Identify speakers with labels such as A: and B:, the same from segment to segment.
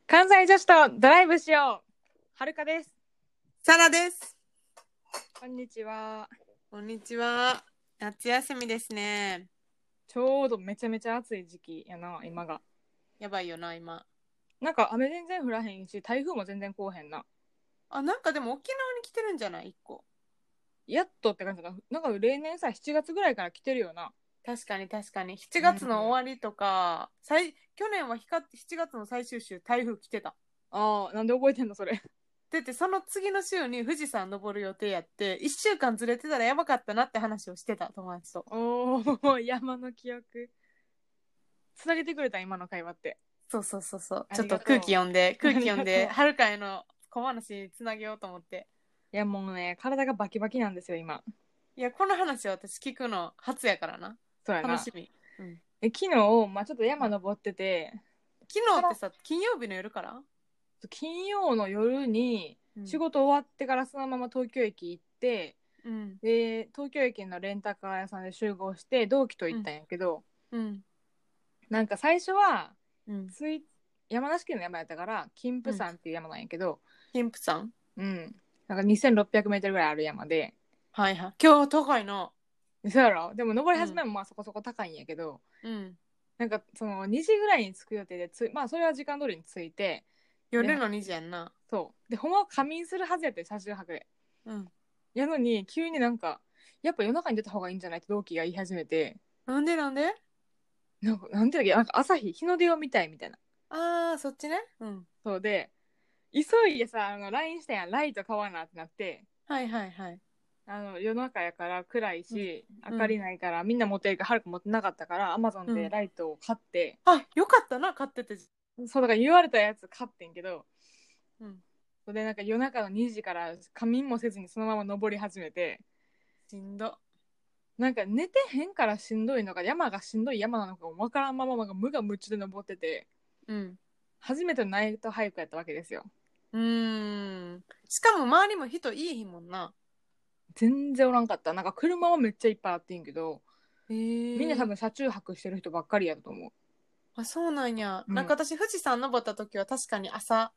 A: 関西女子とドライブしよう。はるかです。
B: サラです。
A: こんにちは。
B: こんにちは。夏休みですね。
A: ちょうどめちゃめちゃ暑い時期やな、今が。
B: やばいよな、今。
A: なんか雨全然降らへんし、台風も全然来おへんな。
B: あ、なんかでも沖縄に来てるんじゃない？一個。
A: やっとって感じだな。なんか例年さ、7月ぐらいから来てるよな。
B: 確かに確かに。7
A: うん。
B: 月の終わりとか、去年は7月の最終週、台風来てた。
A: ああ、なんで覚えてんのそれ。
B: で、その次の週に富士山登る予定やって、1週間ずれてたらやばかったなって話をしてた、友達と。
A: おー、山の記憶。つなげてくれた今の会話って。
B: そうそうそうそう。
A: あ
B: ちょっと
A: りがとう。
B: 空
A: ありがとう。
B: 気読んで、はるかへの小話つなげようと思って。
A: いやもうね、体がバキバキなんですよ、今。
B: いや、この話は私聞くの初やからな。
A: そうやな。
B: 楽しみ。うん。
A: 昨日、まあちょっと山登ってて、
B: 昨日ってさ、金曜日の夜から？
A: 金曜の夜に仕
B: うん。
A: 事終わってからそのまま東京駅行って、
B: うん。
A: で東京駅のレンタカー屋さんで集合して同期と
B: うん。
A: 行ったんやけど、
B: うん。
A: なんか最初は
B: うん。
A: つい山梨県の山やったから金峰
B: うん。
A: 山っていう山なんやけど、
B: 金プさん。
A: なんか2600メートルぐらいある山で、
B: はいはい。今日高いの。
A: そうやろ。でも登り
B: うん。
A: 始めもまあそこそこ高いんやけど、
B: うん。
A: なんかその2時ぐらいに着く予定でまあそれは時間通りに着いて、で
B: 夜の2時やんな。
A: そうでほんまは仮眠するはずやって車中泊で、
B: うん。
A: やのに急になんかやっぱ夜中に出た方がいいんじゃないって同期が言い始めて、
B: なんで？
A: なんていうか、なんか朝日の出を見たいみたいな。
B: あー、そっちね。うん。
A: そうで、急いでさ、LINE したやん、ライト買わなってなって、
B: はいはいはい。
A: 夜中やから暗い
B: うん。
A: し、明か
B: うん。
A: りないから、みんな持ってるから、はるか持ってなかったから、アマゾン
B: うん。
A: でライトを買って、
B: あ、よかったな、買ってて。
A: そうだから言われたやつ買ってんけど、
B: うん。
A: それでなんか夜中の2時から仮眠もせずにそのまま登り始めて、
B: しんど。
A: なんか寝てへんからしんどいのか、山がしんどい山なのかもわからんまま、なんか無我夢中で登ってて、
B: うん。
A: 初めてのナイトハイクやったわけですよ。
B: しかも周りも人いい日もんな。
A: 全然おらんかった。なんか車はめっちゃいっぱいあってんけど、みんな多
B: へえ。
A: 分車中泊してる人ばっかりやと思
B: あ、そうなんや。
A: う。うん。
B: なんか私富士山登った時は確かに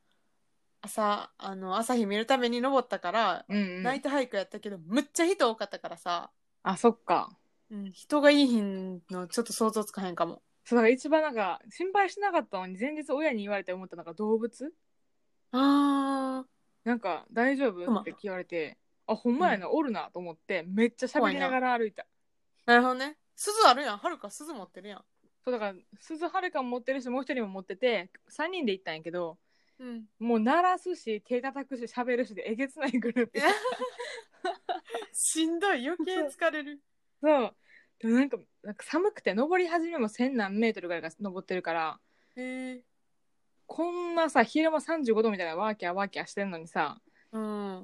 B: 朝日見るために登ったから、
A: うんうん。
B: ナイトハイクやったけど、むっちゃ人多かったからさ、
A: あ、そっか。
B: うん、人がいい日のちょっと想像つかへんかも。
A: そう、だから一番なんか心配してなかったのに、前日親に言われて思ったのが動物
B: あ
A: なんか大丈
B: ー、
A: 夫っ
B: クマ。
A: て聞かれて、あ、ほん
B: うん。
A: まやな、おるなと思って、めっちゃ喋りなが
B: 怖いな。
A: ら歩いた。
B: なるほどね。鈴あるやん。はるか鈴持ってるやん。
A: そう、だから、鈴はるかも持ってるし、もう一人も持ってて、3人で行ったんやけど、
B: うん。
A: もう鳴らすし、手叩くし、喋るしでえげつないグループや。
B: しんどい。余計疲れる。
A: そう。でもなんか寒くて、登り始めも千何メートルぐらいが登ってるから、
B: へえ。
A: こんなさ、昼間35度みたいなワーキャーワーキャーしてんのにさ、
B: うん。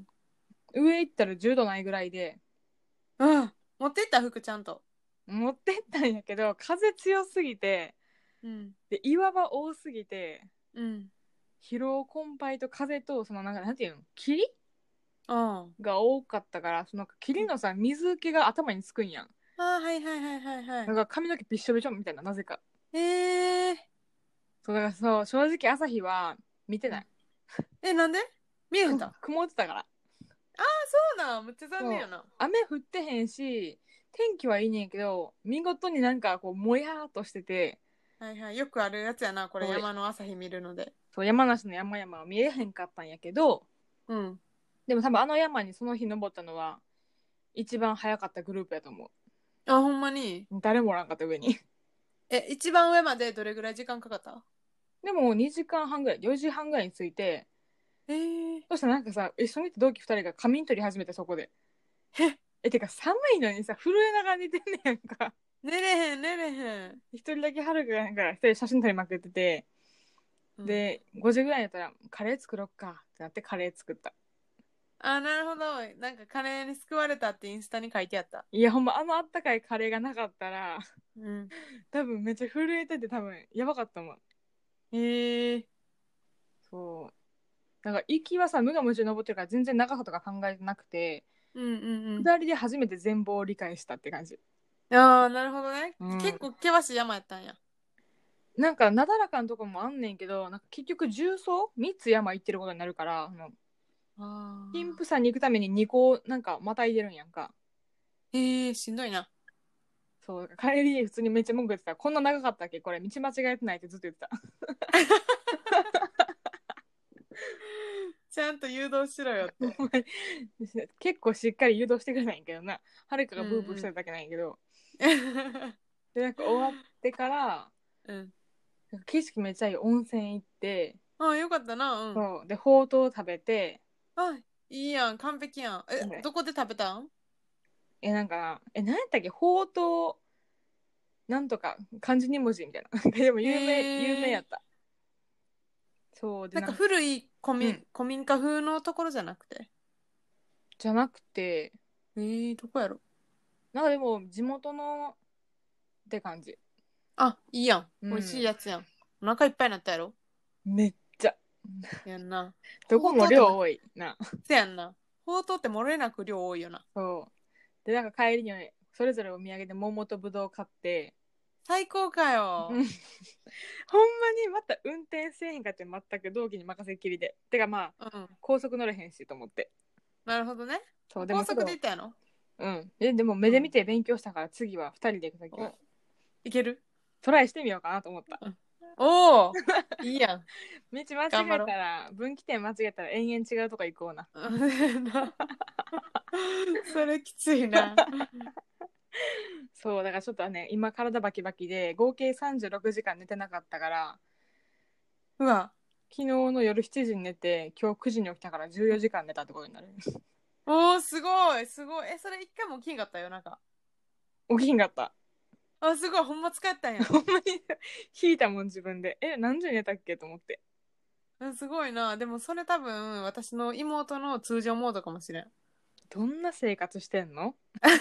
A: 上行ったら10度ないぐらいで、
B: うん。持ってった服ちゃんと。
A: 持ってったんやけど、風強すぎて、
B: うん。
A: で、岩場多すぎて、
B: うん。
A: 疲労困憊と風と、なんていうの、霧
B: あ
A: が多かったから、霧のさ、水気が頭につくんやん。
B: あ。はいはいはいはいはい。
A: だから髪の毛びっしょびしょみたいな、なぜか。
B: へえ。
A: そう、だからそう、正直朝日は見てない。
B: なんで？見えへんた？
A: 曇ってたから。
B: そうなん、めっちゃ残念
A: そう。
B: やな。
A: 雨降ってへんし、天気はいいねんけど、見事になんかこう、もやーっとしてて、
B: はいはい。よくあるやつやな、これ
A: そう
B: 山の朝日見るので。
A: そう山梨の山々は見えへんかったんやけど、
B: うん。
A: でも多分あの山にその日登ったのは一番早かったグループやと思
B: あ、ほんまに？
A: う。誰もおらんかった上に。
B: 一番上までどれぐらい時間かかった？
A: でも2時間半ぐらい、4時半ぐらいに着いて、
B: えー、
A: そしたらなんかさ、一緒に行った同期2人が仮眠取り始めてそこで。
B: へ、
A: てか寒いのにさ、震えながら寝てんねやんか。
B: 寝れへん、寝れへん。
A: 一人だけはるかが一人写真撮りまくってて、
B: うん。
A: で、5時ぐらいになったらカレー作ろっかってなってカレー作った。
B: あ、なるほど。なんかカレーに救われたってインスタに書いてあった。
A: いやほんまあのあったかいカレーがなかったら、
B: うん。
A: 多分めっちゃ震えてて多分やばかったもん。
B: へえ。
A: そう。なんか行きはさ、無我夢中に登ってるから全然長さとか考えてなくて、
B: うんうん
A: 下りで初めて全貌を理解したって感じ。
B: うん。ああ、なるほどね。
A: うん。
B: 結構険しい山やったんや。
A: なんかなだらかなとこもあんねんけど、なんか結局重曹3つ山行ってることになるから、貧富山に行くために2個なんかまたいでるんやんか。
B: しんどいな。
A: そう、帰り普通にめっちゃ文句言ってた。こんな長かったっけこれ道間違えてないってずっと言ってた。
B: ちゃんと誘導しろよって。
A: 結構しっかり誘導してくれないんやけどな。はるかがブーブーして
B: うん
A: るだけなんやけど。で、なんか終わってから、
B: うん。
A: 景色めっちゃいい温泉行って、
B: あ、よかったな。うん。
A: そうでほうとう食べて、
B: あ、いいやん。完璧やん。
A: ね
B: どこで食べたん？
A: なんか何やったっけほうとうなんとか漢字2文字みたいな。でも有名やった。そうで
B: なんか古い
A: うん
B: 古民家風のところじゃなくて。
A: じゃなくて、
B: どこやろ？
A: なんかでも地元のって感じ。
B: あ、いいやん。
A: うん
B: 美味しいやつやん。お腹いっぱいになったやろ？
A: めっちゃ
B: やんな。
A: どこも量多いな。
B: せやんな。ほうとうって漏れなく量多いよな。
A: そうでなんか帰りにはそれぞれお土産で桃とぶどう買って、
B: 最高かよ。
A: うんほんまにまた運転せえへんかって全く同期に任せっきりで。てかまあ、
B: うん。
A: 高速乗れへんしと思って。
B: なるほどね。
A: そうでも
B: 高速で行ったやろ？
A: でも目で見て勉強したから次は2人で行くときは
B: 行ける？
A: トライしてみようかなと思った。
B: おおいいやん。
A: 道間違えたら分岐点間違えたら延々違うとこ行こうな。
B: それきついな。
A: そうだからちょっとね今体バキバキで合計36時間寝てなかったから、
B: うわ。
A: 昨日の夜7時に寝て今日9時に起きたから14時間寝たってことになる。
B: おおすごいすごい。それ一回も起きんかったよなんか。
A: 起きんかった。
B: あ、すごい。ほんま使ったんや。
A: ほんまに引いたもん自分で。何時に寝たっけと思って。
B: すごいな。でもそれ多分私の妹の通常モードかもしれん。
A: どんな生活してんの？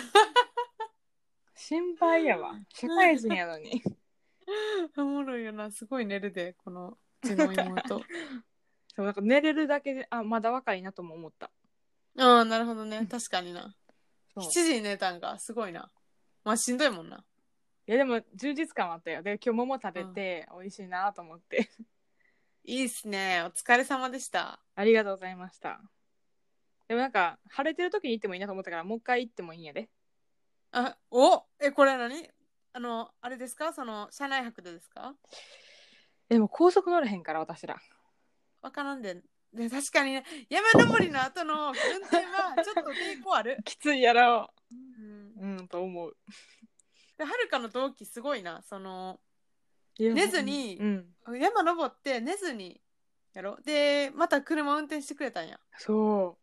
A: 心配やわ。社会人やのに。
B: おもろいよな。すごい寝るで、このうちの妹。
A: そうなんか寝れるだけでまだ若いなとも思った。
B: ああ、なるほどね。確かにな。
A: そう
B: 7時に寝たんか。すごいな。まあしんどいもんな。
A: いやでも充実感はあったよ。で今日桃食べて美味しいなと思って。
B: いいっすね。お疲れ様でした。
A: ありがとうございました。でもなんか晴れてる時に行ってもいいなと思ったからもう一回行ってもいいんやで。
B: これ何？あれですか？その、車内泊でですか？
A: でも高速乗れへんから私ら。
B: わからんで。で、確かにね、山登りの後の運転はちょっと抵抗ある。
A: きついやろ
B: うん。
A: う。と思う。
B: で、はるかの同期すごいな。その、
A: いや
B: 寝ずに、山登って寝ずに、やろ？で、また車運転してくれたんや。
A: そう。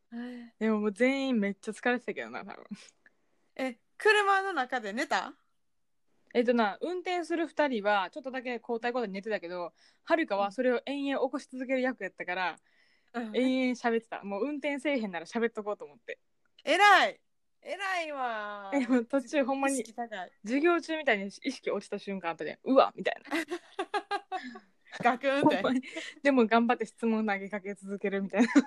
A: でももう全員めっちゃ疲れてたけどな多分。
B: 車の中で寝た？
A: 運転する2人はちょっとだけ交代交代に寝てたけど、はるかはそれを延々起こし続ける役やったから、延々喋ってた。もう運転せえへんなら喋っとこうと思って。
B: 偉いわ。
A: もう途中ほんまに
B: 意識高い。
A: 授業中みたいに意識落ちた瞬間あったで、うわみたいな。
B: ガクンって。
A: でも頑張って質問投げかけ続けるみたいな。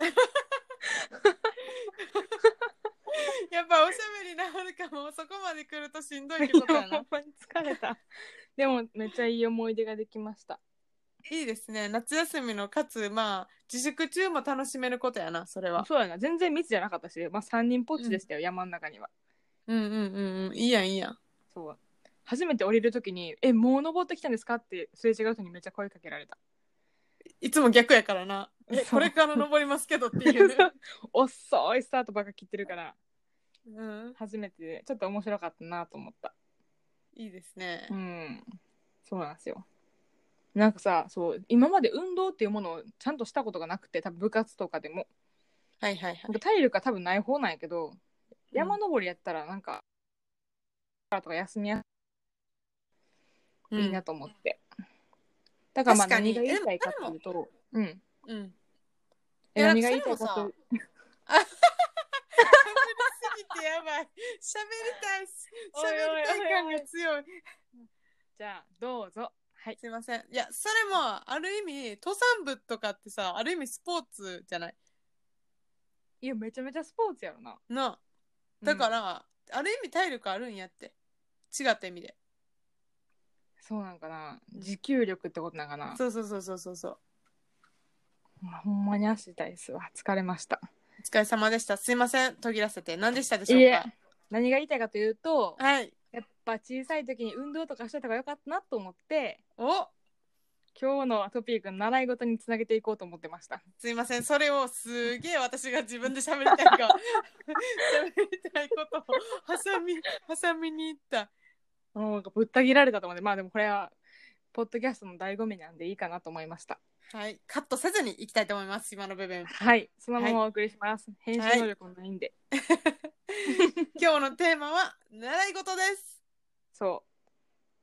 B: やっぱおしゃべりなはるかもそこまで来るとしんどいってことやな。
A: ほんまに疲れた。でもめっちゃいい思い出ができました。
B: いいですね。夏休みのかつまあ自粛中も楽しめることやなそれは。
A: そうやな、全然密じゃなかったし、3人ぽっちでしたよ、山の中には。
B: いいやんいいやん。
A: そう初めて降りるときに「もう登ってきたんですか?」ってすれ違う人にめっちゃ声かけられた。
B: いつも逆やからな。これから登りますけどっていう。
A: 遅いスタートばっか切ってるから、
B: うん、
A: 初めてでちょっと面白かったなと思った。
B: いいですね。
A: そうなんですよ。なんかさ、そう今まで運動っていうものをちゃんとしたことがなくて、多分部活とかでも体力が多分ない方なんやけど、山登りやったらなんかとか休みやいいなと思って、だからまあ何が言いたいかっていうと、何が言いたいかというと、
B: 喋りすぎてやばい。喋りたい感が強い。
A: じゃあどうぞ。はい、
B: すいません。いや、それもある意味登山部とかってさ、ある意味スポーツじゃない？
A: いやめちゃめちゃスポーツやろな。
B: だから、ある意味体力あるんやって。違った意味で。
A: そうなんかな、持久力ってことなんかな。
B: そうそうそうそうそうそう。
A: ほんまに足痛いですわ。疲れました。
B: お疲れ様でした。すいません、途切らせて。何でしたでしょ
A: いえ、
B: うか？
A: 何が言いたいかというと、
B: はい。
A: やっぱ小さい時に運動とかしといた方がよかったなと思って、
B: お、
A: 今日のトピックの習い事につなげていこうと思ってました。
B: すいません、それをすげえ私が自分で喋りたいが喋りたいことを挟みに行った。
A: もうぶった切られたと思って、まあでもこれはポッドキャストの醍醐味なんでいいかなと思いました。
B: はい、カットせずにいきたいと思います。今の部分、
A: はい、そのままお送りします。編集能力もないんで。
B: 今日のテーマは習い事です。
A: そう。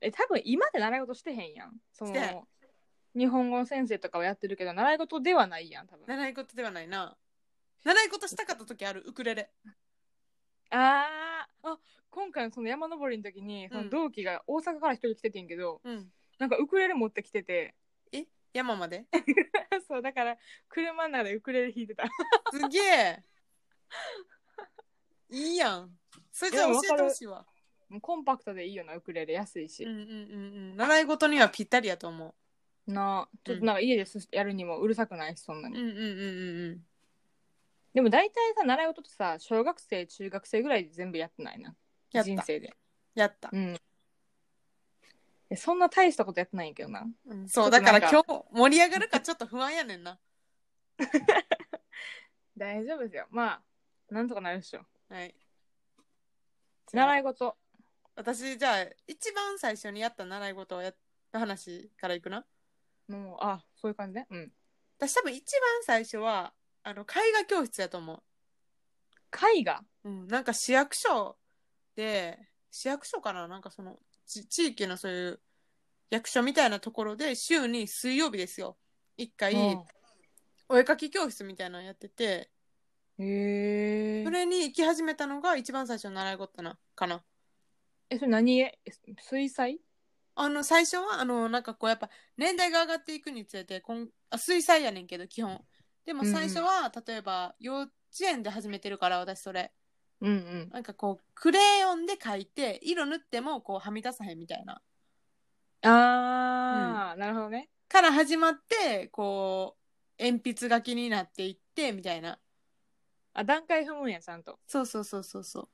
A: 多分今で習い事してへんやん。そ
B: して
A: の日本語の先生とかはやってるけど習い事ではないやん、多分。
B: 習い事ではないな。習い事したかった時ある？ウクレレ。
A: あ、今回のその山登りの時に、その同期が大阪から一人来ててんけど、なんかウクレレ持ってきてて。
B: 山まで
A: そう、だから車の中でウクレレ弾いてた。
B: すげえいいやん。それじゃ教えてほしいわ。
A: コンパクトでいいよな、ウクレレ。安いし。
B: 習い事にはぴったりやと思
A: う。なあ、ちょっとなんか家でやるにもうるさくないし、そんなに。でも大体さ、習い事ってさ、小学生、中学生ぐらいで全部やってないな。人生で。
B: やった。
A: そんな大したことやってないんやけどな。
B: そう、だから今日盛り上がるかちょっと不安やねんな。
A: 大丈夫ですよ。まあ、なんとかなるでしょ。
B: はい。
A: 習い事。
B: 私、じゃあ、一番最初にやった習い事の話からいくな。
A: もう、そういう感じね。
B: 私多分一番最初は、絵画教室やと思う。
A: 絵画？
B: なんか市役所で、市役所かな、なんかその、地域のそういう役所みたいなところで、週に水曜日ですよ。一回、お絵描き教室みたいなのやってて、それに行き始めたのが一番最初の習い事かな。
A: それ何？水彩？
B: 最初は、なんかこう、やっぱ、年代が上がっていくにつれて、水彩やねんけど、基本。でも最初は、例えば、幼稚園で始めてるから、私それ。なんかこう、クレヨンで描いて、色塗っても、こう、はみ出さへんみたいな。
A: なるほどね。
B: から始まって、こう、鉛筆書きになっていって、みたいな。
A: 段階踏むんや、ちゃんと。
B: そうそうそうそうそう。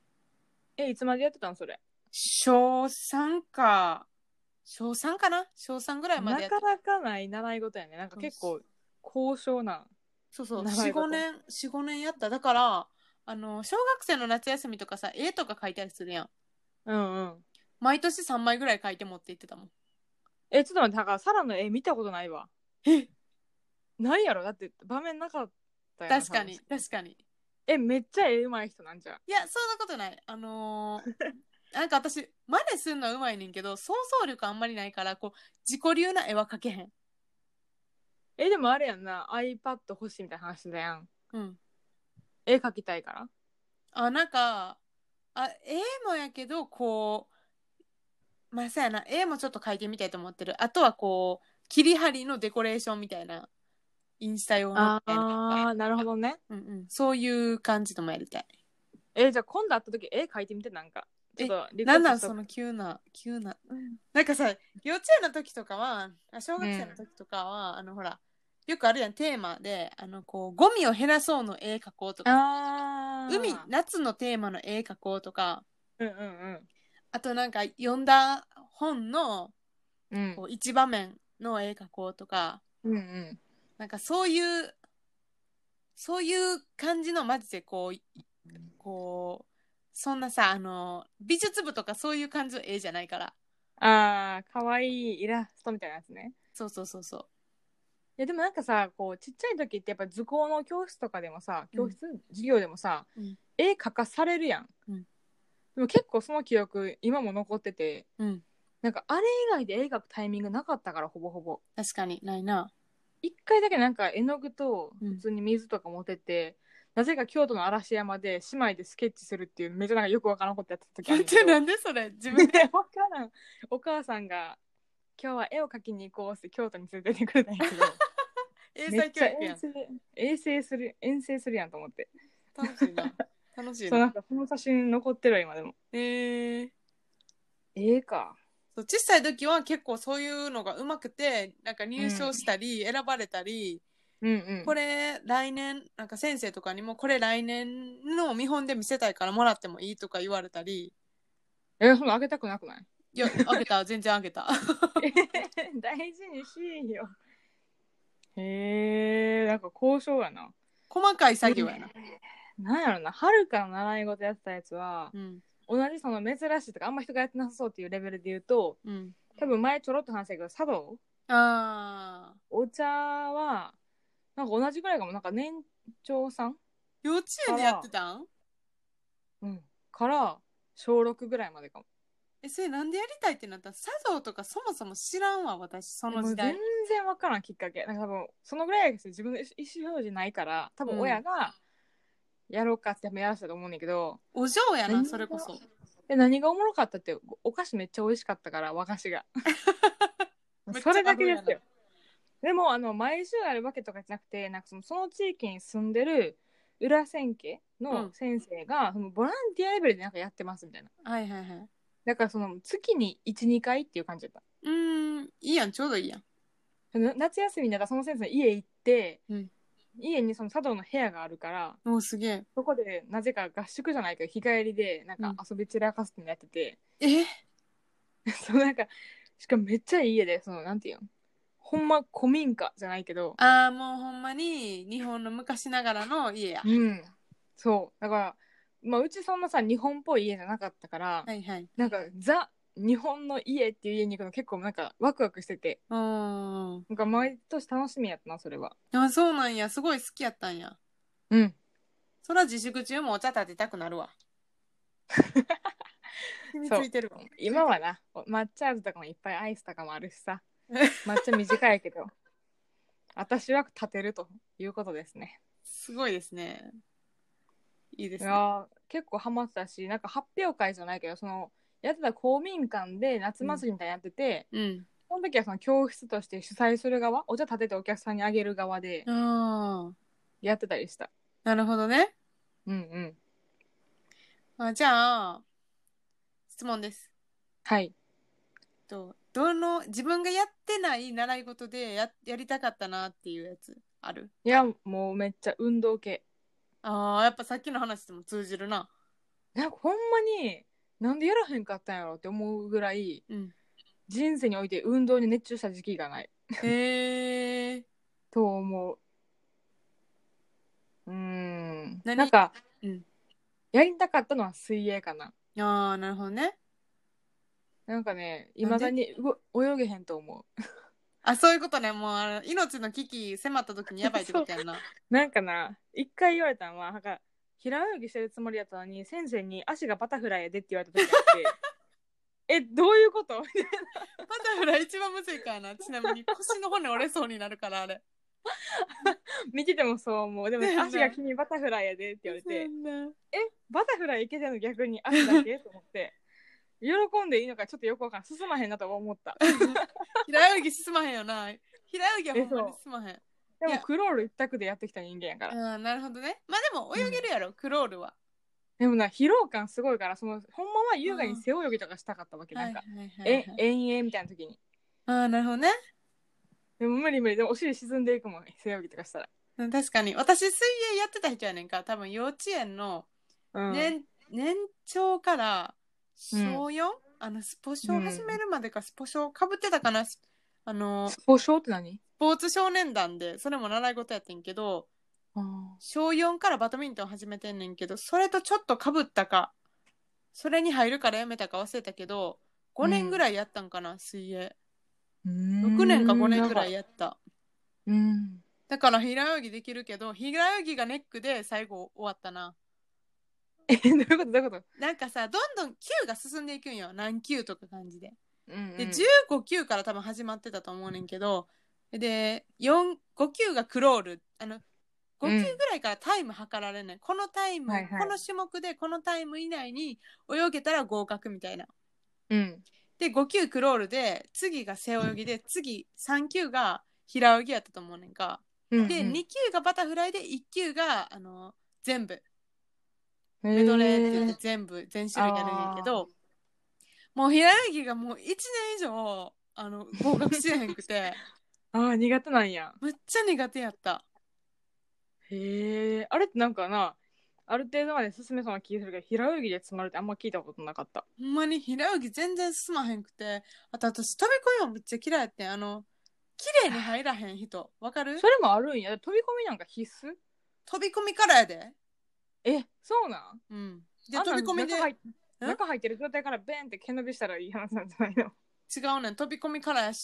A: いつまでやってたんそれ？
B: 小3か。小3かな？小3ぐらいまでやって
A: なかなかない習い事やね。なんか結構高尚な。
B: そうそう、4、5年やった。だから、小学生の夏休みとかさ、絵とか描いたりするやん。毎年3枚ぐらい描いて持って行ってたもん。
A: ちょっと待って、だからサラの絵見たことないわ。ないやろ、だって場面なかったやん。
B: 確かに、確かに。
A: めっちゃ絵うまい人なんじゃ。
B: いや、そんなことない。なんか私、真似するのはうまいねんけど、想像力あんまりないから、こう、自己流な絵は描けへん。
A: でもあれやんな、iPad 欲しいみたいな話だやん。絵描きたいから？
B: なんか、絵もやけど、こう、まあ、そうやな、絵もちょっと描いてみたいと思ってる。あとはこう、切り張りのデコレーションみたいな、インスタ用のみたいな。
A: なるほどね。
B: そういう感じのもやりたい。
A: じゃあ今度会った時絵描いてみて、なんか。ちょっと
B: なんなんその急な。なんかさ、幼稚園の時とかは、小学生の時とかは、ほら、よくあるやん、テーマで、こう、ゴミを減らそうの絵描こうとか、夏のテーマの絵描こうとか、あとなんか読んだ本の、こう一場面の絵描こうとか、なんかそういう感じのマジでこう、そんなさ、美術部とかそういう感じの絵じゃないから。
A: かわいいイラストみたいなやつね。
B: そうそうそうそう。
A: いやでもなんかさ、こうちっちゃい時ってやっぱ図工の教室とかでもさ、授業でもさ、絵描かされるやん。でも結構その記憶今も残ってて、なんかあれ以外で絵描くタイミングなかったから、ほぼほぼ。
B: 確かにないな。
A: 一回だけなんか絵の具と普通に水とか持ってて、なぜか京都の嵐山で姉妹でスケッチするっていう、めっちゃなんかよくわからんことやってた時あるけど。
B: なんでそれ自分で
A: わからん。お母さんが今日は絵を描きに行こうって京都に連れてってくれたんやけど
B: 英才教育やん。
A: 遠征するやんと思って。
B: 楽しいな。楽しいな。
A: そう、なんかその写真残ってるわ今でも。
B: 絵
A: か。
B: そそう小さい時は結構そういうのがうまくてなんか入賞したり、選ばれたり、これ来年なんか先生とかにもこれ来年の見本で見せたいからもらってもいいとか言われたり。
A: そのあげたくなくない？
B: いやあげた全然あげた
A: 大事にしいよ。へえ、なんか交渉やな。
B: 細かい作業やな。
A: なんやろな、春から習い事やってたやつは、同じその珍しいとかあんま人がやってなさそうっていうレベルで言うと、多分前ちょろっと話したけど茶道、お茶はなんか同じぐらいかも。なんか年長さん
B: 幼稚園でやってたん？
A: から小6ぐらいまでかも。そ
B: れなんでやりたいってなったら、茶道とかそもそも知らんわ私その時代。
A: 全然わからんきっかけ。なんか多分そのぐらいです自分の意思表示ないから多分親がやろうかってやらせたと思うねんけど、
B: お嬢やなそれこそ。
A: 何がおもろかったってお菓子めっちゃ美味しかったから和菓子がそれだけですよ。でも毎週あるわけとかじゃなくて、なんかその地域に住んでる裏千家の先生が、そのボランティアレベルでなんかやってますみたいな。だからその月に 1,2 回っていう感じだった。
B: いいやん、ちょうどいいやん。
A: 夏休みになったらその先生の家行って、家にその茶道の部屋があるから、
B: すげえ。
A: そこでなぜか合宿じゃないけど日帰りでなんか遊び散らかすってのやってて、そうなんかしかもめっちゃいい家で、そのなんていうの、ほんま古民家じゃないけど、
B: もうほんまに日本の昔ながらの家や。
A: そうだから、うちそんなさ日本っぽい家じゃなかったから、なんかザ日本の家っていう家に行くの結構なんかワクワクしてて、なんか毎年楽しみやったなそれは。
B: そうなんや、すごい好きやったんや。そら自粛中もお茶立てたくなるわ。
A: そう今はな抹茶味とかもいっぱいアイスとかもあるしさ抹茶短いけど私は立てるということですね。
B: すごいですね。いいですね。
A: いや結構ハマってたし、なんか発表会じゃないけどそのやってた公民館で夏祭りみたいなやってて、その時はその教室として主催する側、お茶立ててお客さんにあげる側でやってたりした。
B: なるほどね。じゃあ質問です。
A: はい。
B: 自分がやってない習い事でやりたかったなっていうやつある？
A: いやもうめっちゃ運動系。
B: やっぱさっきの話でも通じるな。
A: なんかほんまになんでやらへんかったんやろって思うぐらい、人生において運動に熱中した時期がない。
B: へえ。
A: と思う。なんか、やりたかったのは水泳かな。
B: なるほどね。
A: なんかね、いまだに泳げへんと思う。
B: そういうことね。もう命の危機迫った時にやばいってことやんな。
A: なんかな、一回言われたのは、なんか平泳ぎしてるつもりやったのに先生に足がバタフライやでって言われた時があってどういうことみたいな。
B: バタフライ一番むずいからな。ちなみに腰の骨折れそうになるからあれ
A: 見ててもそう思う。でも足が君バタフライやでって言われてバタフライいけてんの逆に足だけと思って喜んでいいのかちょっとよくわからん。進まへんなと思った
B: 平泳ぎ進まへんよな。平泳ぎはほんまに進まへん。
A: でもクロール一択でやってきた人間やから。
B: なるほどね。まあでも泳げるやろ、クロールは。
A: でもな疲労感すごいから、そのほんまは優雅に背泳ぎとかしたかったわけ。なんか遠泳みたいな時に。
B: なるほどね。
A: でも無理無理。でもお尻沈んでいくもん背泳ぎとかしたら。
B: 確かに私水泳やってた人やねんか。多分幼稚園の年長から小 4？スポ少始めるまでか、スポ少かぶってたかな。ス
A: ポ少って何？
B: スポーツ少年団でそれも習い事やってんけど、小4からバドミントン始めてんねんけど、それとちょっとかぶったかそれに入るからやめたか忘れたけど5年ぐらいやったんかな、水泳。6年か5年ぐらいやった。だから平泳ぎできるけど、平泳ぎがネックで最後終わったな。
A: どういうこと
B: なんかさ、どんどん級が進んでいくんよ。何級とか感じで。で15級から多分始まってたと思うねんけど、で5級がクロール、5級ぐらいからタイム測られない、このタイム、この種目でこのタイム以内に泳げたら合格みたいな。で5級クロールで、次が背泳ぎで、次3級が平泳ぎやったと思うねんか。で2級がバタフライで1級が全部メドレーって言って全種類やるんやけど、 もう平泳ぎがもう1年以上合格しへんくて
A: ああ、苦手なんや。
B: めっちゃ苦手やった。
A: へえ、あれってなんかな、ある程度まで進めそうな気がするけど、平泳ぎで詰まるってあんま聞いたことなかった。
B: ほんまに平泳ぎ全然進まへんくて、あと私飛び込みもめっちゃ嫌いやってん。綺麗に入らへん人。わかる？
A: それもあるんや。飛び込みなんか必須？
B: 飛び込みからやで。
A: え、そうなん？
B: うん。で、
A: あんなん
B: 飛び込みで、
A: 中入ってる状態からベンって毛伸びしたらいい話なんじゃないの？
B: 違うねん。飛び込みからやし、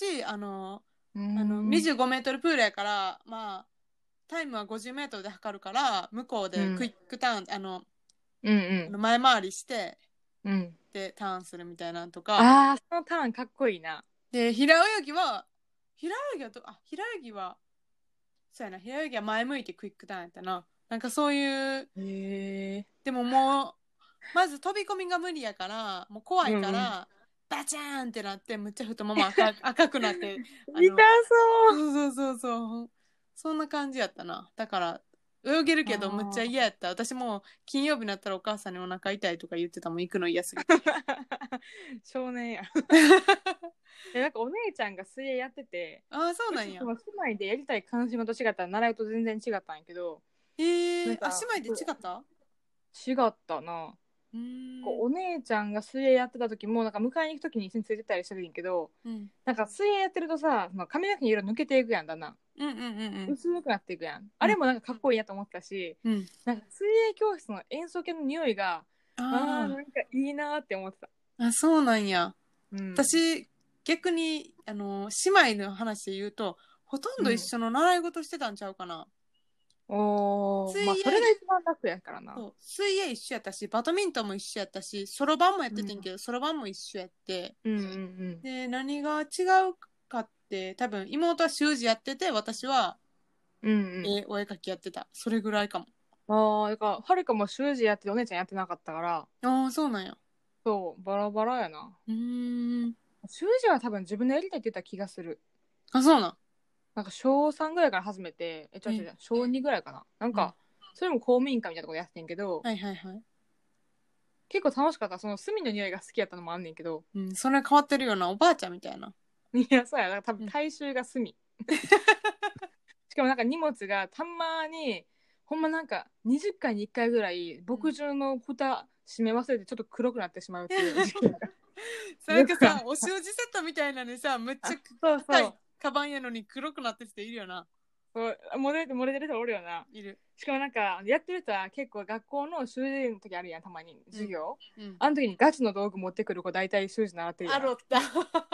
A: 25
B: 25メートルプールやから、まあ、タイムは50メートルで測るから、向こうでクイックターン、
A: うん
B: 前回りして、
A: うん。
B: で、ターンするみたいなのとか。
A: ああ、そのターンかっこいいな。
B: で、平泳ぎは平泳ぎは、そうやな、平泳ぎは前向いてクイックターンやったな。なんかそういう、
A: へえ。
B: でももう、まず飛び込みが無理やから、もう怖いか
A: うんうん。
B: ら、バチャーンってなって、むっちゃ太もも赤くなって、
A: 痛そう。
B: そう。そんな感じやったな。だから、泳げるけどむっちゃ嫌やった。私も金曜日になったらお母さんにお腹痛いとか言ってたもん、行くの嫌すぎて。
A: 少年や。なんかお姉ちゃんが水泳やってて、
B: ああ、そうなんや。
A: その姉妹でやりたい関心事違ったら習うと全然違ったんやけど、
B: あ、姉妹で違った？
A: 違ったな。
B: うーん。
A: こうお姉ちゃんが水泳やってた時もなんか迎えに行く時に一緒に連れてったりしてるんやけど、
B: うん。
A: なんか水泳やってるとさ、その髪の毛の色抜けていくやんだんだん。
B: うん。
A: 薄くなっていくやん。あれもなんかかっこいいなと思ったし、
B: うん。
A: なんか水泳教室の塩素系の匂いが、なんかいいなって思ってた。
B: あ、そうなんや。
A: うん、
B: 私、逆に、姉妹の話で言うと、ほとんど一緒の習い事してたんちゃうかな。
A: まあそれが一番楽やからな。
B: そう、水泳一緒やったし、バドミントンも一緒やったし、そろばんもやっててんけど、そろばんも一緒やって、で、何が違うかって、多分妹は習字やってて、私は、お絵描きやってた。それぐらいかも。
A: だから、はるかも習字やっててお姉ちゃんやってなかったから、
B: ああ、そうなんや。
A: そう、バラバラやな。習字は多分自分でやりたいって言った気がする。
B: あ、そうなん。
A: なんか小3ぐらいから始めて、違う、小2ぐらいかな。なんか、それも公民館みたいなとこでやってんけど、結構楽しかった。その炭の匂いが好きやったのもあんねんけど。
B: それ変わってるよな。おばあちゃんみたいな。
A: いや、そうや。だから多分体臭が炭。しかもなんか荷物がたまに、ほんまなんか20回に1回ぐらい、牧場の蓋閉め忘れてちょっと黒くなってしまうっていう時期が。
B: なんかさ、お習字セットみたいなのにさ、むっちゃ
A: 高い
B: カバンやのに黒くなってる人いるよな。
A: 漏れてる人おるよな。
B: いる。
A: しかもなんか、やってる人は結構学校の習字の時あるやん、たまに授業。あの時にガチの道具持ってくる子大体習字習ってるやん。
B: あろった。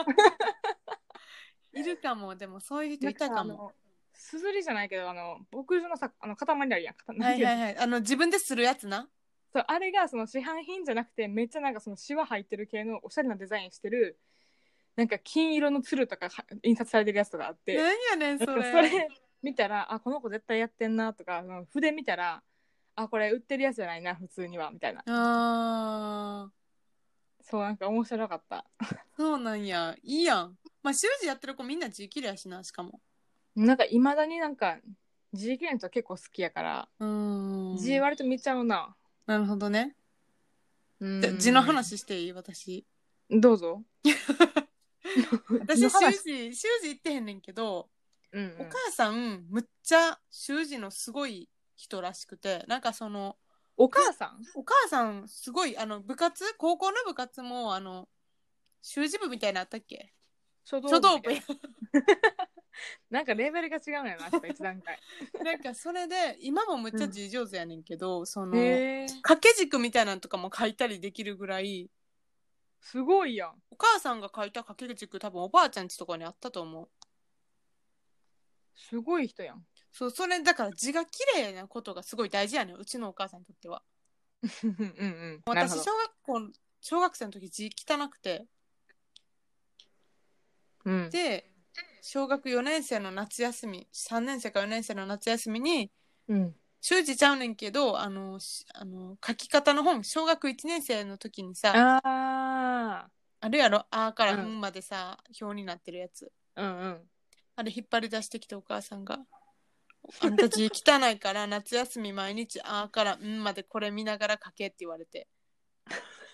B: いるかも、でもそういう人いたかも。
A: すずりじゃないけど、牧場のさ、塊あるやん。
B: 自分でするやつな。
A: そう、あれがその市販品じゃなくて、めっちゃなんかそのシワ入ってる系のおしゃれなデザインしてる、なんか金色のツルとか印刷されてるやつとかあって。
B: なんやねん、それ。
A: それ見たら、あ、この子絶対やってんなとか、筆見たら、あ、これ売ってるやつじゃないな、普通には、みたいな。そう、なんか面白かった。
B: そうなんや。いいやん。まあ、習字やってる子みんな字きれやしな、しかも。
A: なんか、いまだになんか、字きれいな人結構好きやから、字割と見ちゃうな。
B: なるほどね。字の話していい？私。
A: どうぞ。
B: 私、習字言ってへんねんけど、お母さん、むっちゃ習字のすごい人らしくて、なんか
A: お母さ
B: ん、すごい、高校の部活も、習字部みたいなのあったっけ？書道部や。
A: なんかレベルが違うんやな、一段階。
B: なんかそれで、今もむっちゃ字上手やねんけど、掛け軸みたいなのとかも書いたりできるぐらい、
A: すごいやん。
B: お母さんが書いた掛け軸多分おばあちゃんちとかにあったと思う。
A: すごい人やん。
B: そう、それだから字が綺麗なことがすごい大事やねん、うちのお母さんにとっては。私、小学生の時字汚くて、で、小学4年生の夏休み、3年生か4年生の夏休みに、習字ちゃうねんけど、書き方の本、小学1年生の時にさ、あるやろ、あーからんまでさ、表になってるやつ。あれ引っ張り出してきてお母さんが、あんた字汚いから夏休み毎日あーからんまでこれ見ながら書けって言われて。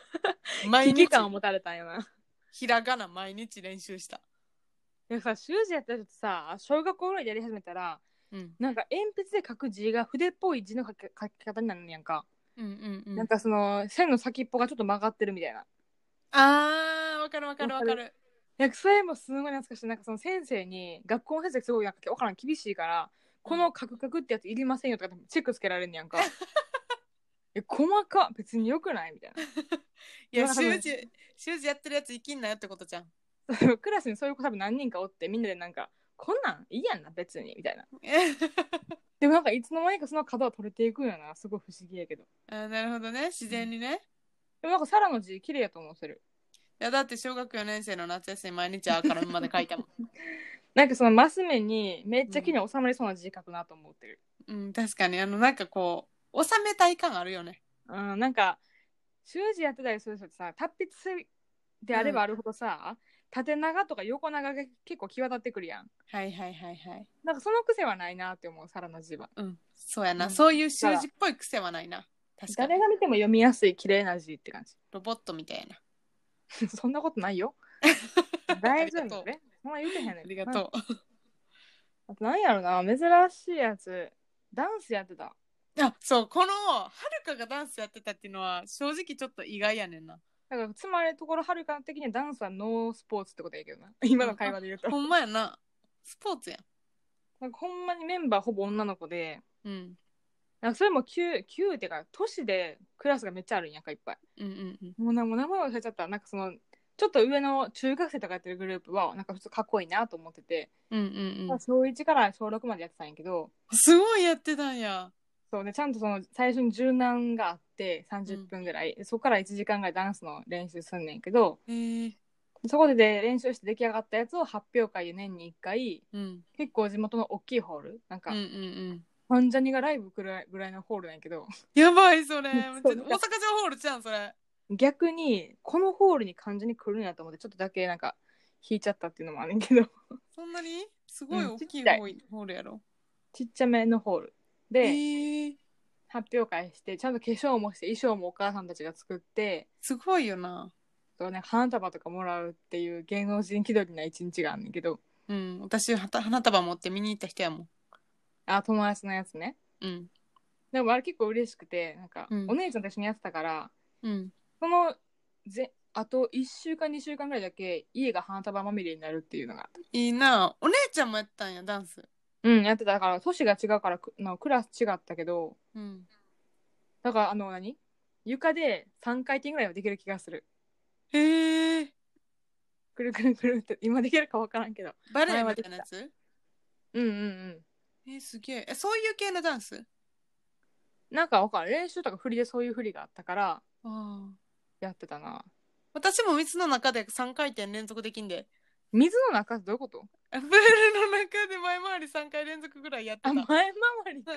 B: 毎日
A: 危機感を持たれたんやな。
B: ひらがな毎日練習した。
A: でさ、習字やったらさ、小学校ぐらいでやり始めたら、
B: うん、
A: なんか鉛筆で書く字が筆っぽい字の書き方になるんやんか。
B: うんうんうん。
A: なんかその線の先っぽがちょっと曲がってるみたいな。
B: あー、わかるわかるわかる。
A: なんかそれもすごい懐かしい。なんかその先生に、学校の先生すごいなんかわからん厳しいから、このカクカクってやついりませんよとかチェックつけられんねやんか。細か別によくないみたいな。
B: いや、習字やってるやつ生きんなよってことじゃん。
A: クラスにそういう子多分何人かおって、みんなでなんか、こんなんいいやんな、別に、みたいな。でもなんかいつの間にかその角は取れていくんやな。すごい不思議やけど。
B: あ、なるほどね。自然にね。
A: でもなんかサラの字綺麗やと思うせる。
B: いや、だって小学4年生の夏休み毎日あからまで書いたもん。
A: なんかそのマス目にめっちゃ綺麗に収まりそうな字書くなと思ってる。
B: うん、確かに。なんかこう、収めたい感あるよね。
A: うん、なんか、習字やってたりする人ってさ、達筆であればあるほどさ、縦長とか横長が結構際立ってくるやん。
B: はいはいはいはい。
A: なんかその癖はないなって思う、サラの字は。
B: うん、そうやな。
A: うん
B: そういう習字っぽい癖はないな。確かに。
A: 誰が見ても読みやすい綺麗な字って感じ。
B: ロボットみたいな。
A: そんなことないよ。大丈夫ね。そんな言うてへんねん。
B: ありがとう。
A: あと何やろな、珍しいやつ。ダンスやってた。
B: あ、そう、このはるかがダンスやってたっていうのは正直ちょっと意外やねんな。
A: だからつまりところはるか的にはダンスはノースポーツってことやけどな。今の会話で言うと。
B: ほんまやな。スポーツやん。
A: なんかほんまにメンバーほぼ女の子で、
B: うん。
A: なんかそれも9っていうか、都市でクラスがめっちゃあるんやんか、いっぱい。
B: うんうんうん。
A: もう名前忘れちゃった。なんかその、ちょっと上の中学生とかやってるグループは、なんか普通かっこいいなと思ってて、
B: うんうんうん。
A: 小1から小6までやってたんやけど、
B: すごいやってたんや。
A: そうね、ちゃんとその最初に柔軟があって30分ぐらい、そこから1時間ぐらいダンスの練習すんねんけど、そこで練習して出来上がったやつを発表会で年に1回、
B: うん、
A: 結構地元の大きいホール、なんか、
B: うんうんうん。
A: ファンジャニがライブぐらいのホールなんやけど、
B: やばいそれ。大阪
A: そう
B: 城ホールじゃんそれ。
A: 逆にこのホールに関ジャニ来るんやと思ってちょっとだけなんか引いちゃったっていうのもあるんけど、
B: そんなにすごい大きいホールやろ。
A: ちっちゃめのホールで、発表会して、ちゃんと化粧もして、衣装もお母さんたちが作って、
B: すごいよな。
A: とね、花束とかもらうっていう芸能人気取りな一日があんねんけど、
B: うん、私花束持って見に行った人やもん。
A: あ、友達のやつね。
B: うん。
A: でもあれ結構嬉しくて、なんか、
B: うん、
A: お姉ちゃんと一緒にやってたから、
B: うん、
A: そのあと1週間2週間ぐらいだけ家が花束まみれになるっていうのがあった。
B: いいな。お姉ちゃんもやったんやダンス。
A: うん、やってたから、年が違うからクラス違ったけど、
B: うん。
A: だから床で3回転ぐらいはできる気がする。
B: へえ。
A: くるくるくるって今できるか分からんけど。
B: バレエみたいなやつ？
A: うんうんうん。
B: すげえ。そういう系のダンス？
A: なんか分からん。練習とか振りでそういう振りがあったから
B: あ、
A: やってたな。
B: 私も水の中で3回転連続できんで。
A: 水の中ってどういうこと？
B: プールの中で前回り3回連続ぐらいやってた。
A: あ、前回りか。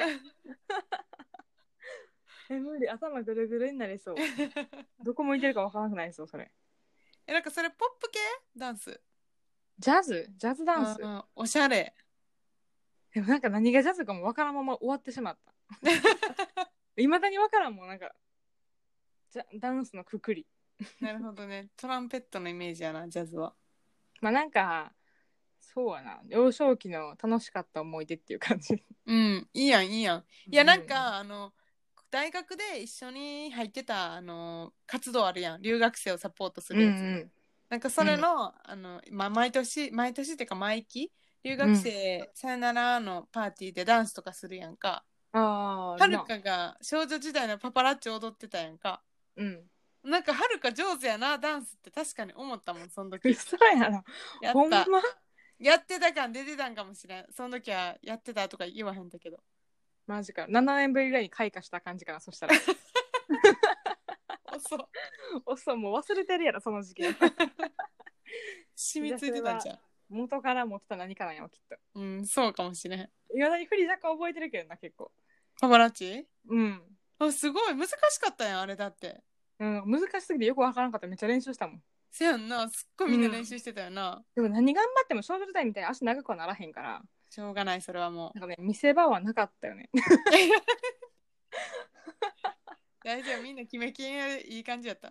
A: 無理、頭ぐるぐるになりそう。どこ向いてるか分からなくないそう、それ。
B: なんかそれポップ系ダンス？
A: ジャズダンス。
B: おしゃれ。
A: でもなんか何がジャズかも分からんまま終わってしまった。いまだに分からんもん、なんかダンスのくくり。
B: なるほどね。トランペットのイメージやな、ジャズは。
A: まあなんか、そうやな。幼少期の楽しかった思い出っていう感じ。
B: うん、いいやん、いいやん。いや、なんか、大学で一緒に入ってた、活動あるやん。留学生をサポートするやつ。
A: うんうん、
B: なんかそれの、毎年っていうか毎期、留学生さよならのパーティーでダンスとかするやんか。はるかが少女時代のパパラッチ踊ってたやんか。
A: うん。
B: なんかはるか上手やな、ダンスって確かに思ったもん、その時。
A: 嘘やろ。
B: やった。
A: ほんま
B: やってた感出てたんかもしれん。その時はやってたとか言わへんだけど。
A: マジか。7年ぶりぐらいに開花した感じかな、そしたら。遅もう忘れてるやろ、その時期。
B: 染みついてたんじゃん。
A: 元から持ってた何かなんやわ、きっと。
B: うん、そうかもしれん。
A: いまだに振り若干覚えてるけどな、結構。
B: パパラッチ？
A: うん。
B: すごい難しかったやん、あれだって。
A: うん、難しすぎてよくわからんかった。めっちゃ練習したもん。
B: せやんな、すっごいみんな練習してたよな。
A: でも何頑張っても少女時代みたいに足長くはならへんから。
B: しょうがない、それはもう。
A: なんかね、見せ場はなかったよね。
B: 大丈夫、みんな決めきんいい感じやった。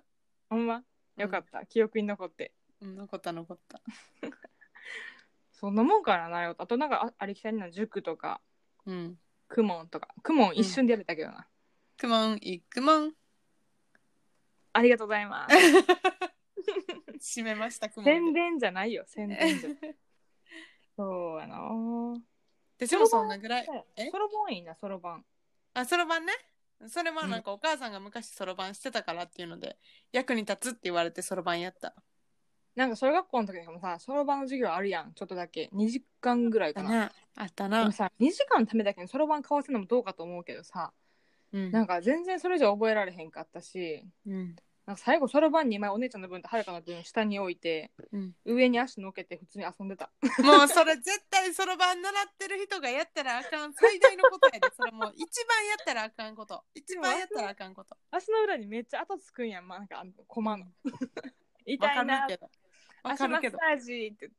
A: ほんまよかった、記憶に残って。
B: 残った残った。
A: そんなもんからなよ。あとなんかありきたりな塾とか、クモンとか。クモン一瞬でやれたけどな。
B: クモンいくもん。
A: ありがとうございます。
B: 締めました、クモン
A: で。宣伝じゃないよ、宣伝じゃ。そうやな。
B: 私もそんなぐらい。
A: そろばんいいな、そろばん。
B: あ、そろばんね。それはなんかお母さんが昔そろばんしてたからっていうので、役に立つって言われてそろばんやった。
A: なんか小学校の時にもさ、そろばんの授業あるやん、ちょっとだけ。2時間ぐらいかな。
B: あったな。
A: でもさ、2時間のためだけにそろばん買わせるのもどうかと思うけどさ、なんか全然それ以上覚えられへんかったし、なんか最後そろばん2枚お姉ちゃんの分とはるかの分下に置いて、上に足乗っけて普通に遊んでた。
B: もうそれ絶対そろばん習ってる人がやったらあかん最大のことやで。それもう一番やったらあかんこと。一番やったらあかんこと。
A: 足の裏にめっちゃ跡つくんやん、なんかコマの。痛いな。足マッサージって言って。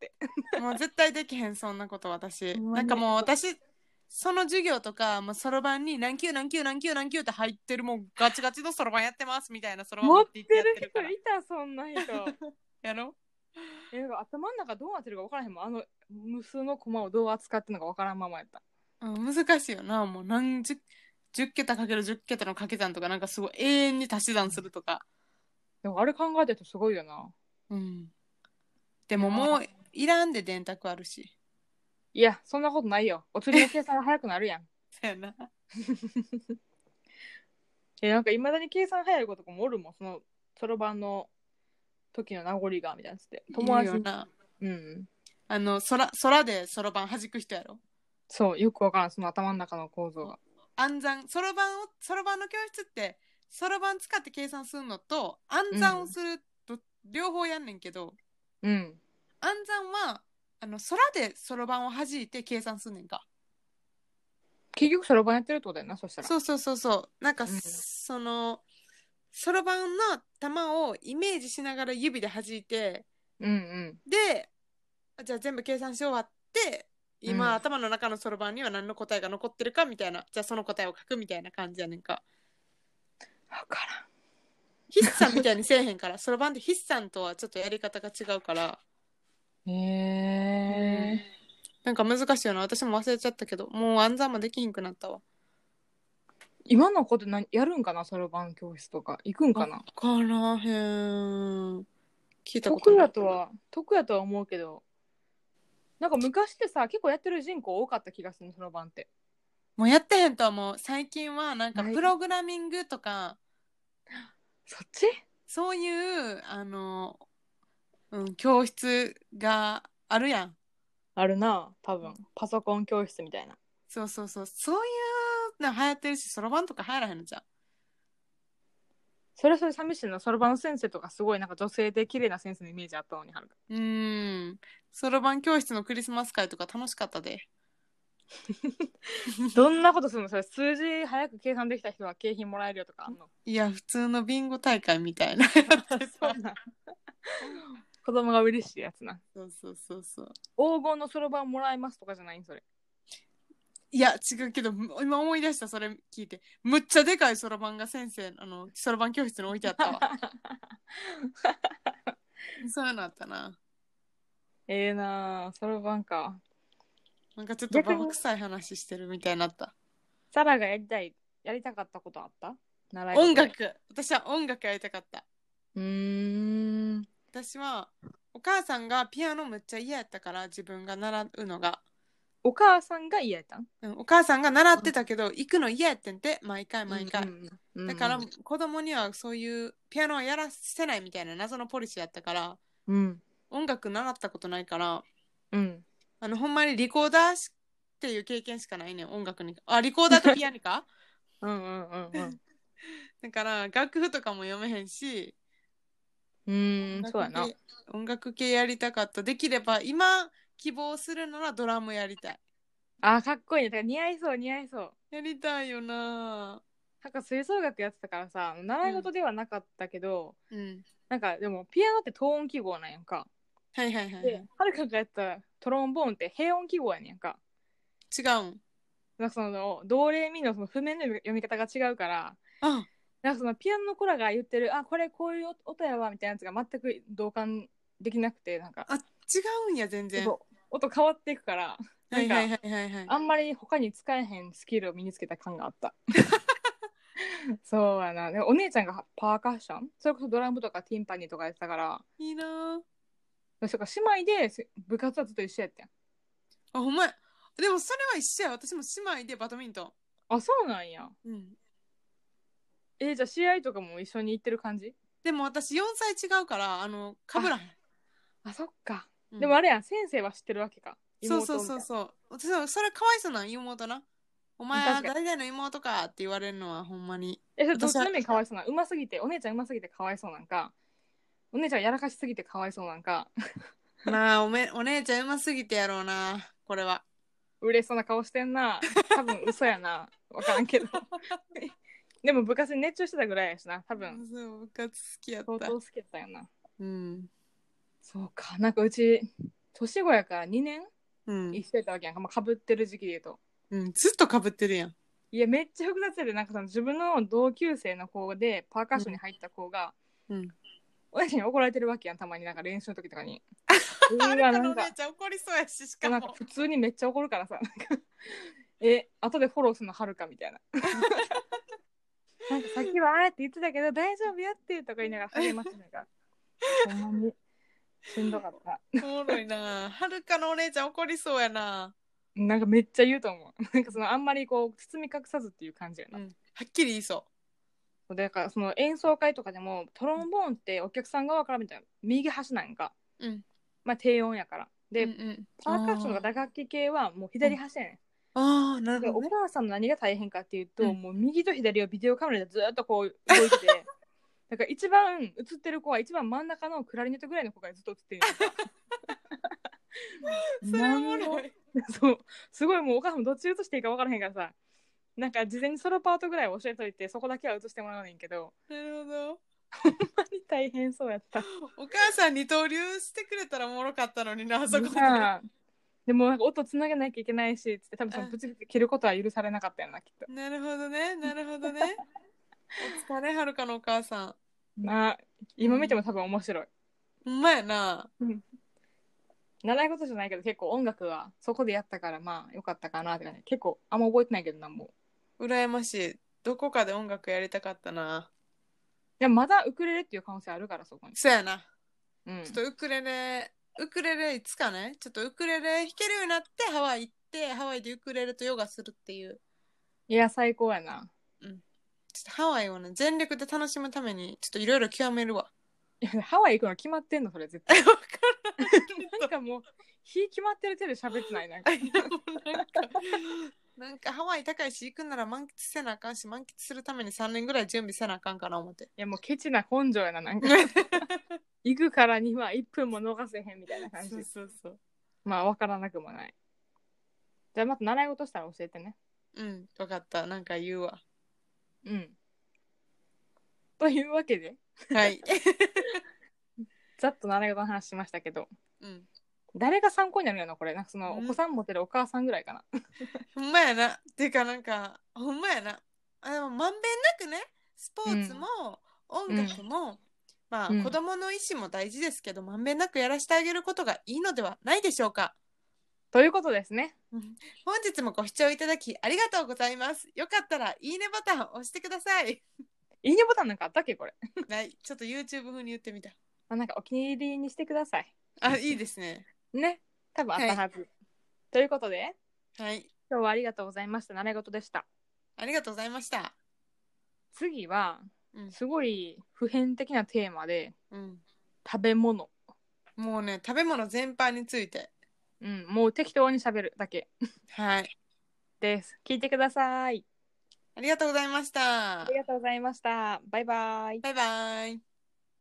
B: もう絶対できへん、そんなこと私。なんかもう私、その授業とか、そろばんに何級何級何級何級って入ってる、もうガチガチのそろばんやってますみたいなそろばん
A: 持ってる人いた、そんな人。
B: やろ？
A: 頭の中どうなってるか分からへんもん。無数のコマをどう扱ってるのか分からんままやった。
B: 難しいよな。もう10桁かける10桁の掛け算とか、なんかすごい永遠に足し算するとか。
A: でもあれ考えてるとすごいよな。
B: でももういらんで電卓あるし。
A: いや、そんなことないよ。お釣りの計算が早くなるやん。
B: そうやな。
A: なんかいまだに計算早い子とかもおるもん。そろばんの時の名残がみたいなつって。
B: 友達に。空でそろばん弾く人やろ。
A: そう、よくわからん、その頭の中の構造が。
B: 暗算、そろばんの教室ってそろばん使って計算するのと暗算をすると、両方やんねんけど、暗算は空でそろばんを弾いて計算すんねんか。
A: 結局そろばんやってるってことだよな、そしたら。
B: そうなんか、そのそろばんの玉をイメージしながら指で弾いて、でじゃあ全部計算し終わって今、頭の中のそろばんには何の答えが残ってるかみたいな、じゃあその答えを書くみたいな感じやねんか。
A: 分からん。
B: 筆算みたいにせえへんから、そろばんって筆算とはちょっとやり方が違うから。なんか難しいよな。私も忘れちゃったけど、もう暗算もできひんくなったわ。
A: 今の子ってやるんかな、そろばん教室とか行くんかな。
B: 分からへん。聞いたこと
A: ない。得やとは思うけど、なんか昔ってさ、結構やってる人口多かった気がする、そろばんって。
B: もうやってへんと思う。最近はなんかプログラミングとか、
A: そっち？
B: そういう教室があるやん。
A: あるな、多分。パソコン教室みたいな。
B: そういうの流行ってるし、そろばんとか流行らへんのじゃん。
A: それ寂しいの。そろばんの先生とかすごいなんか女性で綺麗な先生のイメージあったのに、はるか。
B: そろばん教室のクリスマス会とか楽しかったで。
A: どんなことするのそれ？数字早く計算できた人は景品もらえるよとかあんの？
B: いや、普通のビンゴ大会みたいな。
A: そうな。子供が嬉しいやつな。
B: そう。
A: 黄金のそろばんもらえますとかじゃないんそれ？
B: いや違うけど、今思い出した。それ聞いてむっちゃでかいそろばんが先生そろばん教室に置いてあったわ。そういうのあったな。
A: なそろばんか。
B: なんかちょっとバカ臭い話してるみたいになった。
A: サラがやりたかったことあった？
B: 音楽。私は音楽やりたかった。
A: 私
B: はお母さんがピアノむっちゃ嫌やったから、自分が習うのが。
A: お母さんが嫌やったん？
B: お母さんが習ってたけど、行くの嫌やってんて、毎回。だから子供にはそういうピアノはやらせないみたいな謎のポリシーやったから、音楽習ったことないから、ほんまにリコーダーっていう経験しかないねん、音楽に。リコーダーとピアニか。だから楽譜とかも読めへんし、
A: そうやな。
B: 音楽系やりたかった。できれば今希望するならドラムやりたい。
A: かっこいいね。だから似合いそう。
B: やりたいよな。
A: なんか吹奏楽やってたからさ、習い事ではなかったけど、なんかでもピアノって等音記号なんやんか。で、はるかがやったトロンボーンって平音記号やねんか。
B: 違うん？
A: なんかドレミの譜面の読み方が違うから、 なんかそのピアノの子らが言ってる、あ、これこういう音やわみたいなやつが全く同感できなくて、なんか
B: あ、違うんや、全然。
A: 音変わっていくから、なんか、
B: はいはいはいはいはい。
A: あんまり他に使えへんスキルを身につけた感があった。そうやな。でもお姉ちゃんがパーカッション、それこそドラムとかティンパニーとかやってたから、
B: いいなぁ。
A: そうか、姉妹で部活はずっと一緒やったん。
B: あ、ほんまや。でもそれは一緒や。私も姉妹でバドミントン。
A: あ、そうなんや。
B: うん。
A: じゃあ試合とかも一緒に行ってる感じ？
B: でも私4歳違うから、かぶらへん。
A: あ、そっか。
B: うん、
A: でもあれやん、先生は知ってるわけか。
B: そうそうそうそう。私はそれかわいそうな妹な。お前は誰々の妹かって言われるのはほんまに。
A: それどっちの面かわいそうな。うますぎて、お姉ちゃんうますぎてかわいそうなんか、お姉ちゃんやらかしすぎてかわいそうなんか。
B: まあお姉ちゃんうますぎてやろうな、これは。
A: 嬉しそうな顔してんな。多分嘘やな。わからんけど。でも部活に熱中してたぐらいやしな。多分。
B: そう、部活好きやった。
A: 相当好きやったよな。
B: うん。
A: そうか。なんかうち、年子やから2年、
B: うん、
A: 一緒やったわけやんか。まあ、かぶってる時期で言うと。
B: うん、ずっとかぶってるやん。
A: いや、めっちゃ複雑で、なんかその自分の同級生の子で、パーカッションに入った子が、
B: うん。
A: 親父に怒られてるわけやん、たまになんか練習の時とかに。
B: はるかのお姉ちゃん怒りそうやし、しかも。
A: なんか普通にめっちゃ怒るからさ、後でフォローするのはるかみたいな。なんかさっきはああやって言ってたけど大丈夫やってとか言いながら励ましてなんか、ほんまにしんどかった。
B: おもろいな。はるかのお姉ちゃん怒りそうやな。
A: なんかめっちゃ言うと思う。なんかそのあんまりこう包み隠さずっていう感じやな。
B: うん、はっきり言いそ
A: だからその演奏会とかでもトロンボーンってお客さん側から見たら右端なんか、
B: う。うん。
A: まあ低音やから。で、
B: うんうん、
A: パーカッションとか打楽器系はもう左端やねん。
B: ああ、なる
A: で、
B: ほど、ね。
A: お母さんの何が大変かっていうと、
B: うん
A: もう右と左をビデオカメラでずっとこう動いてて、だから一番映ってる子は一番真ん中のクラリネットぐらいの子がずっと映ってるんですか。
B: それはおもろい。
A: そう、すごいもうお母さんどっち映していいか分からへんからさ、なんか事前にソロパートぐらい教えといて、そこだけは映してもらうねんけど、
B: なるほど。
A: ほんまに大変そうやった。
B: お母さん二刀流してくれたらおもろかったのにな、あそこで。
A: でもなんか音つなげなきゃいけないしつって、多分そのブチブチ切ることは許されなかったよな、きっと。
B: なるほどね、なるほどね。お疲れ、はるかのお母さ
A: ん。今見ても多分面白い。
B: ほんまやな。
A: 習い事じゃないけど結構音楽はそこでやったからまあよかったかなって感じ。結構あんま覚えてないけどなんも。
B: 羨ましい。どこかで音楽やりたかったな。
A: いやまだウクレレっていう可能性あるからそこに。
B: そうやな。
A: うん。
B: ちょっとウクレレいつかね、ちょっとウクレレ弾けるようになってハワイ行って、ハワイでウクレレとヨガするっていう。
A: いや最高やな。
B: うん。ちょっとハワイをね、全力で楽しむために、ちょっといろいろ極めるわ。
A: いやハワイ行くの決まってんのそれ絶対。なんかもう日決まってる手で喋ってないなんか。
B: なんかハワイ高いし行くなら満喫せなあかんし、満喫するために3年ぐらい準備せなあかんかな思って。
A: いやもうケチな根性やななんか。行くからには1分も逃せへんみたいな感じ。
B: そうそうそう。
A: まあ分からなくもない。じゃあまた習い事したら教えてね。
B: うん、分かった。なんか言うわ。
A: うん。というわけで、
B: はい。
A: ざっと習い事の話しましたけど、
B: うん。
A: 誰が参考になるよなこれ。なんかそのお子さん持ってるお母さんぐらいかな。
B: ほんまやな。てかなんか、ほんまやな。でもまんべんなくね、スポーツも音楽も、まあ子供の意思も大事ですけど、まんべんなくやらせてあげることがいいのではないでしょうか。
A: ということですね。
B: 本日もご視聴いただきありがとうございます。よかったらいいねボタンを押してください。
A: いいねボタンなんかあったっけこれ。
B: はい、ちょっと YouTube 風に言ってみた。
A: なんかお気に入りにしてください。
B: あ、いいですね。
A: ね。多分あったはず。ということで、
B: はい。
A: 今日はありがとうございました。習い事でした。
B: ありがとうございました。
A: 次は、すごい普遍的なテーマで、食べ物。
B: もうね、食べ物全般について。
A: もう適当に喋るだけ。
B: はい。
A: です。聞いてください。
B: ありがとうございました。
A: ありがとうございました。バイバイ。
B: バイバイ。